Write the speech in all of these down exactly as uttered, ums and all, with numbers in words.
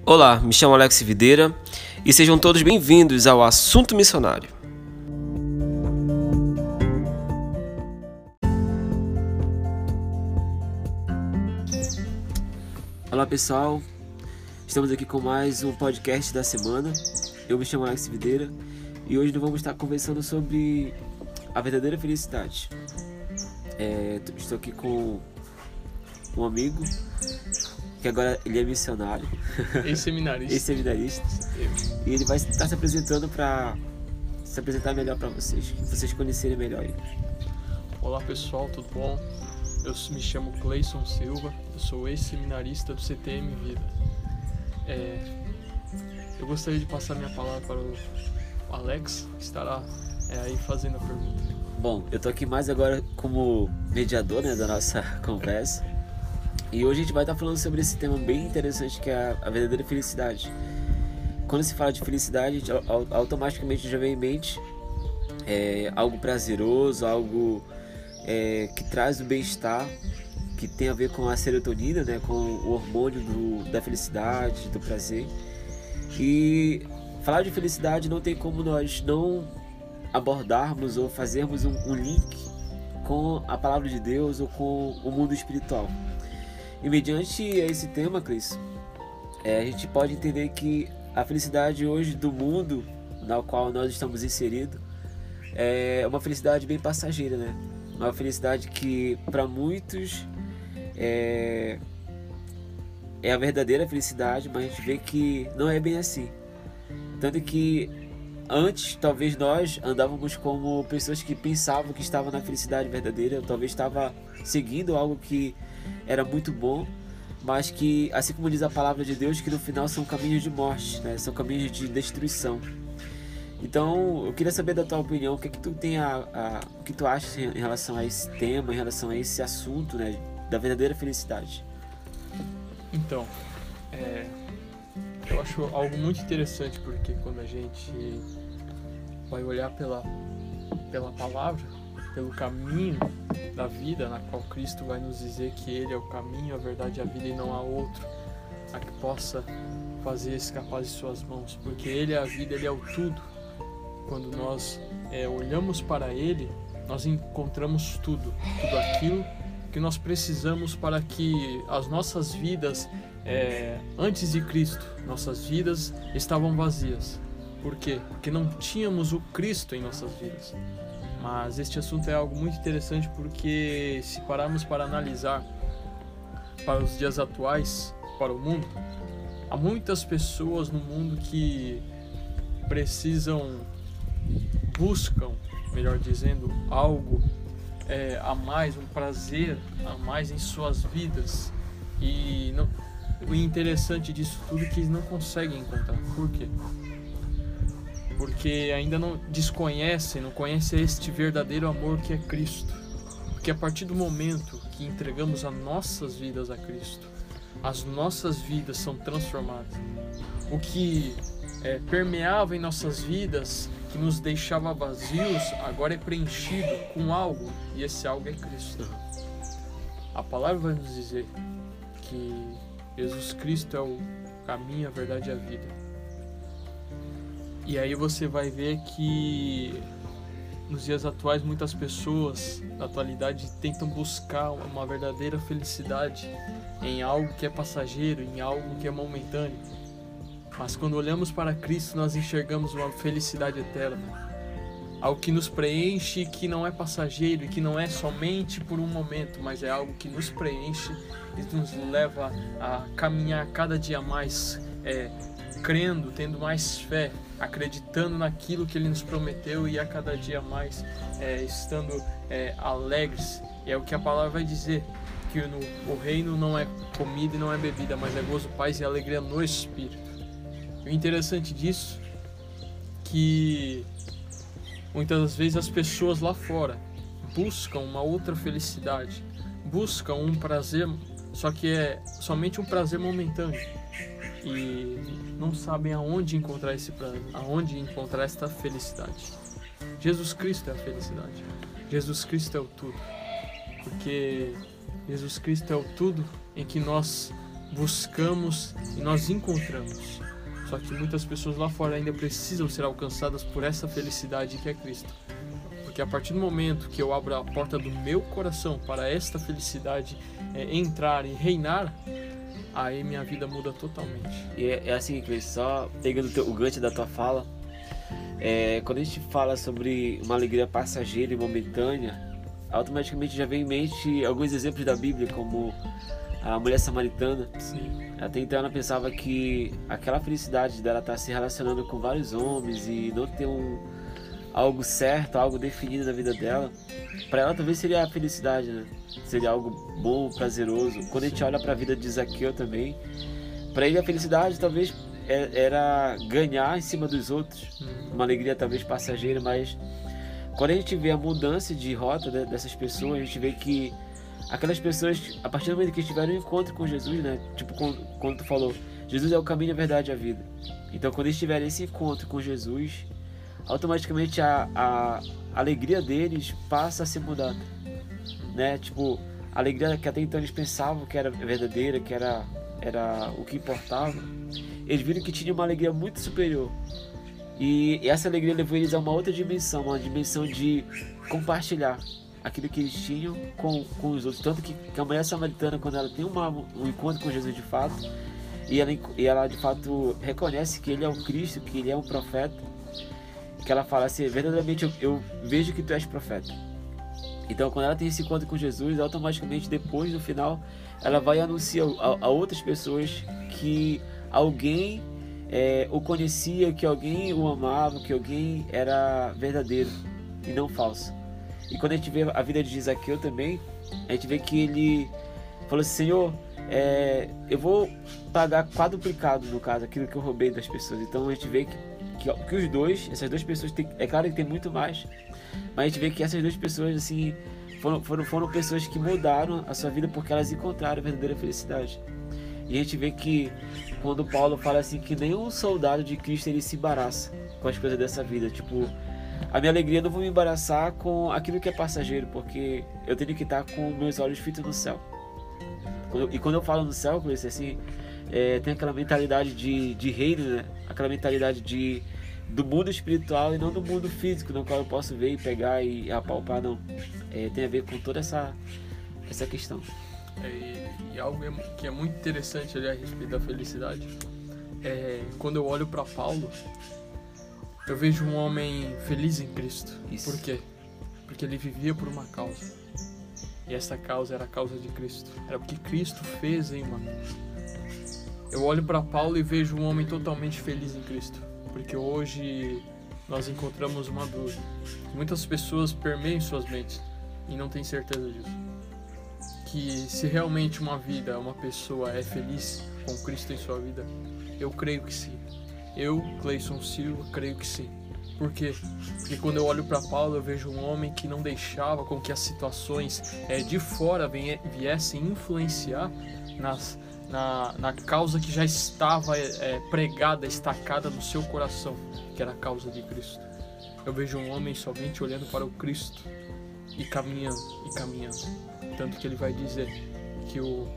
Olá, me chamo Alex Videira e sejam todos bem-vindos ao Assunto Missionário. Olá pessoal, estamos aqui com mais um podcast da semana. Eu me chamo Alex Videira e hoje nós vamos estar conversando sobre a verdadeira felicidade. É, estou aqui com um amigo que agora ele é missionário, ex-seminarista, ex-seminarista, e ele vai estar se apresentando para se apresentar melhor para vocês, que vocês conhecerem melhor ele. Olá pessoal, tudo bom? Eu me chamo Cleison Silva, eu sou ex-seminarista do C T M Vida. É, eu gostaria de passar minha palavra para o Alex, que estará é, aí fazendo a pergunta. Bom, eu tô aqui mais agora como mediador, né, da nossa conversa. E hoje a gente vai estar falando sobre esse tema bem interessante, que é a verdadeira felicidade. Quando se fala de felicidade, automaticamente já vem em mente é, algo prazeroso, algo é, que traz o bem-estar, que tem a ver com a serotonina, né, com o hormônio do, da felicidade, do prazer. E falar de felicidade não tem como nós não abordarmos ou fazermos um, um link com a palavra de Deus ou com o mundo espiritual. E mediante esse tema, Cris, é, a gente pode entender que a felicidade hoje do mundo na qual nós estamos inseridos é uma felicidade bem passageira, né? Uma felicidade que para muitos é, é a verdadeira felicidade, mas a gente vê que não é bem assim. Tanto que antes, talvez nós andávamos como pessoas que pensavam que estavam na felicidade verdadeira, talvez estava seguindo algo que era muito bom, mas que, assim como diz a palavra de Deus, que no final são caminhos de morte, né? São caminhos de destruição. Então, eu queria saber da tua opinião, o que é que tu tem a, a o que tu acha em relação a esse tema, em relação a esse assunto, né, da verdadeira felicidade? Então, é, eu acho algo muito interessante, porque quando a gente vai olhar pela, pela palavra, pelo caminho da vida, na qual Cristo vai nos dizer que Ele é o caminho, a verdade e a vida, e não há outro a que possa fazer escapar de suas mãos, porque Ele é a vida, Ele é o tudo. Quando nós é, olhamos para Ele, nós encontramos tudo, tudo aquilo que nós precisamos para que as nossas vidas, é, antes de Cristo, nossas vidas estavam vazias. Por quê? Porque não tínhamos o Cristo em nossas vidas. Mas este assunto é algo muito interessante, porque se pararmos para analisar para os dias atuais, para o mundo, há muitas pessoas no mundo que precisam, buscam, melhor dizendo, algo é, a mais, um prazer a mais em suas vidas. E não, o interessante disso tudo é que eles não conseguem encontrar. Por quê? Porque ainda não desconhecem, não conhecem este verdadeiro amor que é Cristo. Porque a partir do momento que entregamos as nossas vidas a Cristo, as nossas vidas são transformadas. O que é, permeava em nossas vidas, que nos deixava vazios, agora é preenchido com algo, e esse algo é Cristo. A palavra vai nos dizer que Jesus Cristo é o caminho, a verdade e a vida. E aí você vai ver que nos dias atuais muitas pessoas da atualidade tentam buscar uma verdadeira felicidade em algo que é passageiro, em algo que é momentâneo. Mas quando olhamos para Cristo, nós enxergamos uma felicidade eterna, algo que nos preenche, que não é passageiro e que não é somente por um momento, mas é algo que nos preenche e nos leva a caminhar cada dia mais, é, crendo, tendo mais fé, acreditando naquilo que Ele nos prometeu, e a cada dia mais é, estando é, alegres. E é o que a palavra vai dizer, que no, o reino não é comida e não é bebida, mas é gozo, paz e alegria no Espírito. E o interessante disso que muitas vezes as pessoas lá fora buscam uma outra felicidade, buscam um prazer, só que é somente um prazer momentâneo, e não sabem aonde encontrar esse prazer, aonde encontrar esta felicidade. Jesus Cristo é a felicidade. Jesus Cristo é o tudo. Porque Jesus Cristo é o tudo em que nós buscamos e nós encontramos. Só que muitas pessoas lá fora ainda precisam ser alcançadas por essa felicidade que é Cristo. Porque a partir do momento que eu abro a porta do meu coração para esta felicidade é, entrar e reinar, aí minha vida muda totalmente. E é, é assim, Cris, só pegando o, teu, o gancho da tua fala, é, quando a gente fala sobre uma alegria passageira e momentânea, automaticamente já vem em mente alguns exemplos da Bíblia, como a mulher samaritana. Sim. Até então ela pensava que aquela felicidade dela estar se relacionando com vários homens e não ter um, algo certo, algo definido na vida dela, para ela talvez seria a felicidade, né? Seria algo bom, prazeroso. Quando a gente olha para a vida de Zaqueu também, para ele a felicidade talvez era ganhar em cima dos outros, uma alegria talvez passageira, mas quando a gente vê a mudança de rota dessas pessoas, a gente vê que aquelas pessoas, a partir do momento que tiveram um encontro com Jesus, né? Tipo, quando, quando tu falou, Jesus é o caminho, a verdade e a vida. Então, quando eles tiverem esse encontro com Jesus, automaticamente a, a alegria deles passa a ser mudada, né? Tipo, a alegria que até então eles pensavam que era verdadeira, que era, era o que importava, eles viram que tinha uma alegria muito superior. E essa alegria levou eles a uma outra dimensão, uma dimensão de compartilhar aquilo que eles tinham com, com os outros. Tanto que, que a mulher samaritana, quando ela tem uma, um encontro com Jesus de fato, e ela, e ela de fato reconhece que ele é o Cristo, que ele é um profeta, que ela fala assim, verdadeiramente eu, eu vejo que tu és profeta. Então quando ela tem esse encontro com Jesus, automaticamente depois, no final, ela vai anunciar a, a outras pessoas que alguém é, o conhecia, que alguém o amava, que alguém era verdadeiro e não falso. E quando a gente vê a vida de Zaqueu também, a gente vê que ele falou assim, Senhor, é, eu vou pagar quadruplicado, no caso, aquilo que eu roubei das pessoas. Então a gente vê que, que, que os dois, essas duas pessoas, tem, é claro que tem muito mais, mas a gente vê que essas duas pessoas, assim, foram, foram, foram pessoas que mudaram a sua vida porque elas encontraram a verdadeira felicidade. E a gente vê que quando Paulo fala assim que nenhum soldado de Cristo ele se embaraça com as coisas dessa vida, tipo, a minha alegria não vou me embaraçar com aquilo que é passageiro, porque eu tenho que estar com meus olhos fitos no céu. E quando eu falo no céu, assim, é, tem aquela mentalidade de, de reino, né? Aquela mentalidade de, do mundo espiritual e não do mundo físico, no qual eu posso ver e pegar e apalpar, não. É, tem a ver com toda essa, essa questão. É, e, e algo que é muito interessante ali a respeito da felicidade é quando eu olho para Paulo, eu vejo um homem feliz em Cristo. Isso. Por quê? Porque ele vivia por uma causa. E essa causa era a causa de Cristo. Era o que Cristo fez em uma cruz. Eu olho para Paulo e vejo um homem totalmente feliz em Cristo. Porque hoje nós encontramos uma dúvida. Muitas pessoas permeiam suas mentes e não têm certeza disso. Que se realmente uma vida, uma pessoa é feliz com Cristo em sua vida, eu creio que sim. Eu, Cleison Silva, creio que sim. Por quê? Porque quando eu olho para Paulo, eu vejo um homem que não deixava com que as situações é, de fora viessem influenciar nas, na, na causa que já estava é, pregada, estacada no seu coração, que era a causa de Cristo. Eu vejo um homem somente olhando para o Cristo e caminhando, e caminhando. Tanto que ele vai dizer que o,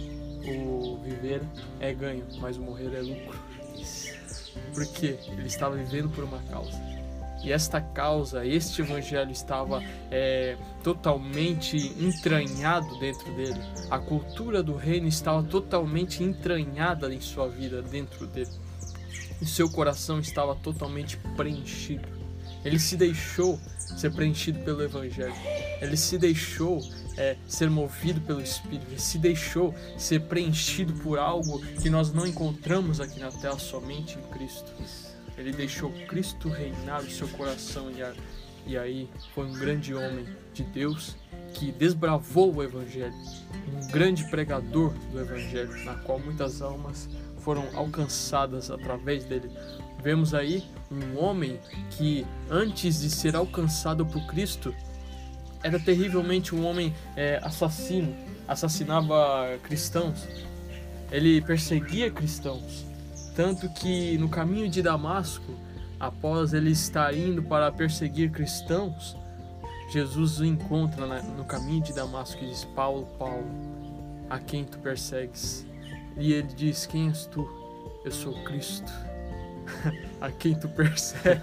o viver é ganho, mas o morrer é lucro. Porque ele estava vivendo por uma causa. E esta causa, este evangelho estava é, totalmente entranhado dentro dele. A cultura do reino estava totalmente entranhada em sua vida, dentro dele. E seu coração estava totalmente preenchido. Ele se deixou ser preenchido pelo evangelho. Ele se deixou é, ser movido pelo Espírito. Ele se deixou ser preenchido por algo que nós não encontramos aqui na terra, somente em Cristo. Ele deixou Cristo reinar no seu coração e, a, e aí foi um grande homem de Deus que desbravou o evangelho, um grande pregador do evangelho, na qual muitas almas foram alcançadas através dele. Vemos aí um homem que antes de ser alcançado por Cristo era terrivelmente um homem é, assassino, assassinava cristãos, ele perseguia cristãos, tanto que no caminho de Damasco, após ele estar indo para perseguir cristãos, Jesus o encontra na, no caminho de Damasco e diz: Paulo, Paulo, a quem tu persegues? E ele diz: quem és tu? Eu sou Cristo, a quem tu persegue.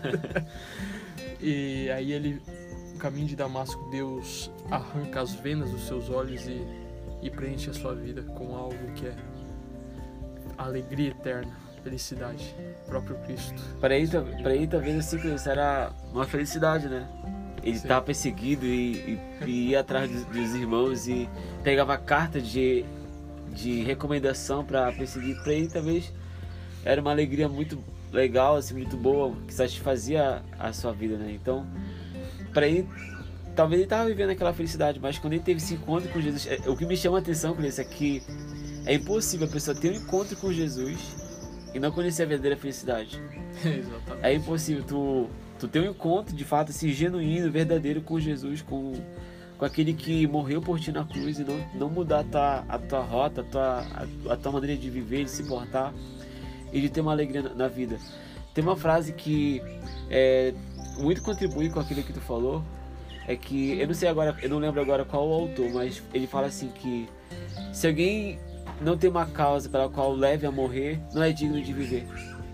E aí ele, no caminho de Damasco, Deus arranca as venas dos seus olhos e, e preenche a sua vida com algo que é alegria eterna, felicidade, próprio Cristo. Para ele, para ele talvez assim, isso era uma felicidade, né? Ele estava perseguido e, e, e ia atrás dos, dos irmãos e pegava carta de, de recomendação para perseguir. Para ele talvez era uma alegria muito legal, assim, muito boa, que satisfazia a, a sua vida, né? Então, para ele, talvez ele estava vivendo aquela felicidade, mas quando ele teve esse encontro com Jesus, é, o que me chama a atenção com isso é que é impossível a pessoa ter um encontro com Jesus e não conhecer a verdadeira felicidade. Exatamente. É impossível tu, tu ter um encontro de fato assim, genuíno, verdadeiro com Jesus, com, com aquele que morreu por ti na cruz e não, não mudar a tua, a tua rota, a tua, a, a tua maneira de viver, de se portar e de ter uma alegria na, na vida. Tem uma frase que é, muito contribui com aquilo que tu falou, é que, eu não sei agora, eu não lembro agora qual o autor, mas ele fala assim que se alguém não tem uma causa pela qual leve a morrer, não é digno de viver.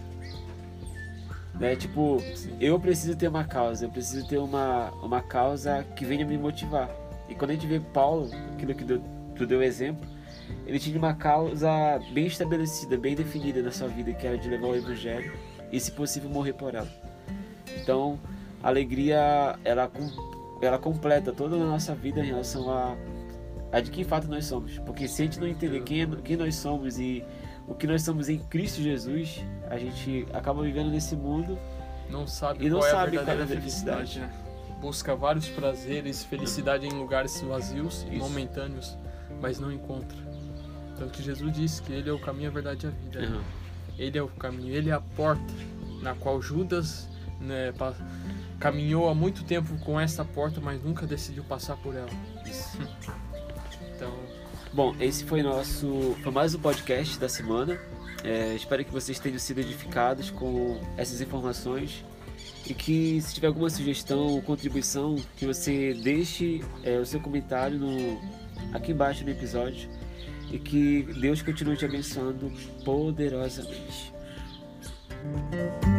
Né? Tipo, eu preciso ter uma causa, eu preciso ter uma, uma causa que venha me motivar. E quando a gente vê Paulo, aquilo que deu, tu deu exemplo, ele tinha uma causa bem estabelecida, bem definida na sua vida, que era de levar o evangelho e, se possível, morrer por ela. Então, a alegria, ela, ela completa toda a nossa vida em relação a a de que fato nós somos, porque se a gente não entender quem, é, quem nós somos e o que nós somos em Cristo Jesus, a gente acaba vivendo nesse mundo não sabe e não qual é a sabe verdadeira qual é a felicidade, felicidade. né? Busca vários prazeres, felicidade em lugares vazios e momentâneos, mas não encontra. Então que Jesus disse que ele é o caminho, a verdade e a vida. Uhum. Ele é o caminho, ele é a porta na qual Judas, né, pa- caminhou há muito tempo com essa porta, mas nunca decidiu passar por ela. Isso. Então, Bom, esse foi nosso, foi mais um podcast da semana. É, espero que vocês tenham sido edificados com essas informações e que, se tiver alguma sugestão ou contribuição, que você deixe é, o seu comentário no, aqui embaixo no episódio e que Deus continue te abençoando poderosamente.